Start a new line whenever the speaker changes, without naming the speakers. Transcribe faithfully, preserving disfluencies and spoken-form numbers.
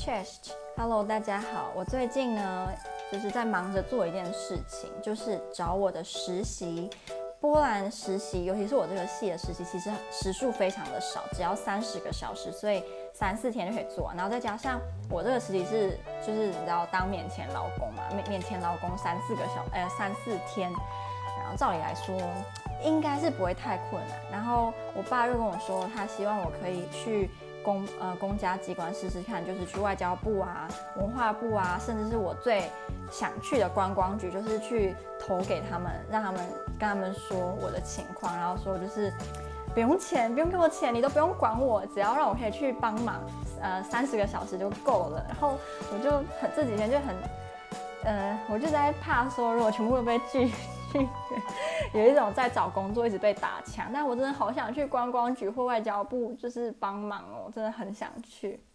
Chest，Hello， 大家好。我最近呢，就是在忙着做一件事情，就是找我的实习。波兰实习，尤其是我这个系的实习，其实时数非常的少，只要三十个小时，所以三四天就可以做完。然后再加上我这个实习是，就是你知道当免遣劳工嘛，免免遣劳工三四个小，呃三四天。然后照理来说，应该是不会太困难。然后我爸就跟我说，他希望我可以去公呃公家机关试试看，就是去外交部啊、文化部啊，甚至是我最想去的观光局，就是去投给他们，让他们跟他们说我的情况，然后说就是不用钱，不用给我钱，你都不用管我，只要让我可以去帮忙，呃三十个小时就够了。然后我就很这几天就很，呃我就在怕说，如果全部都被拒。有一种在找工作一直被打枪，但我真的好想去观光局或外交部，就是帮忙哦，真的很想去。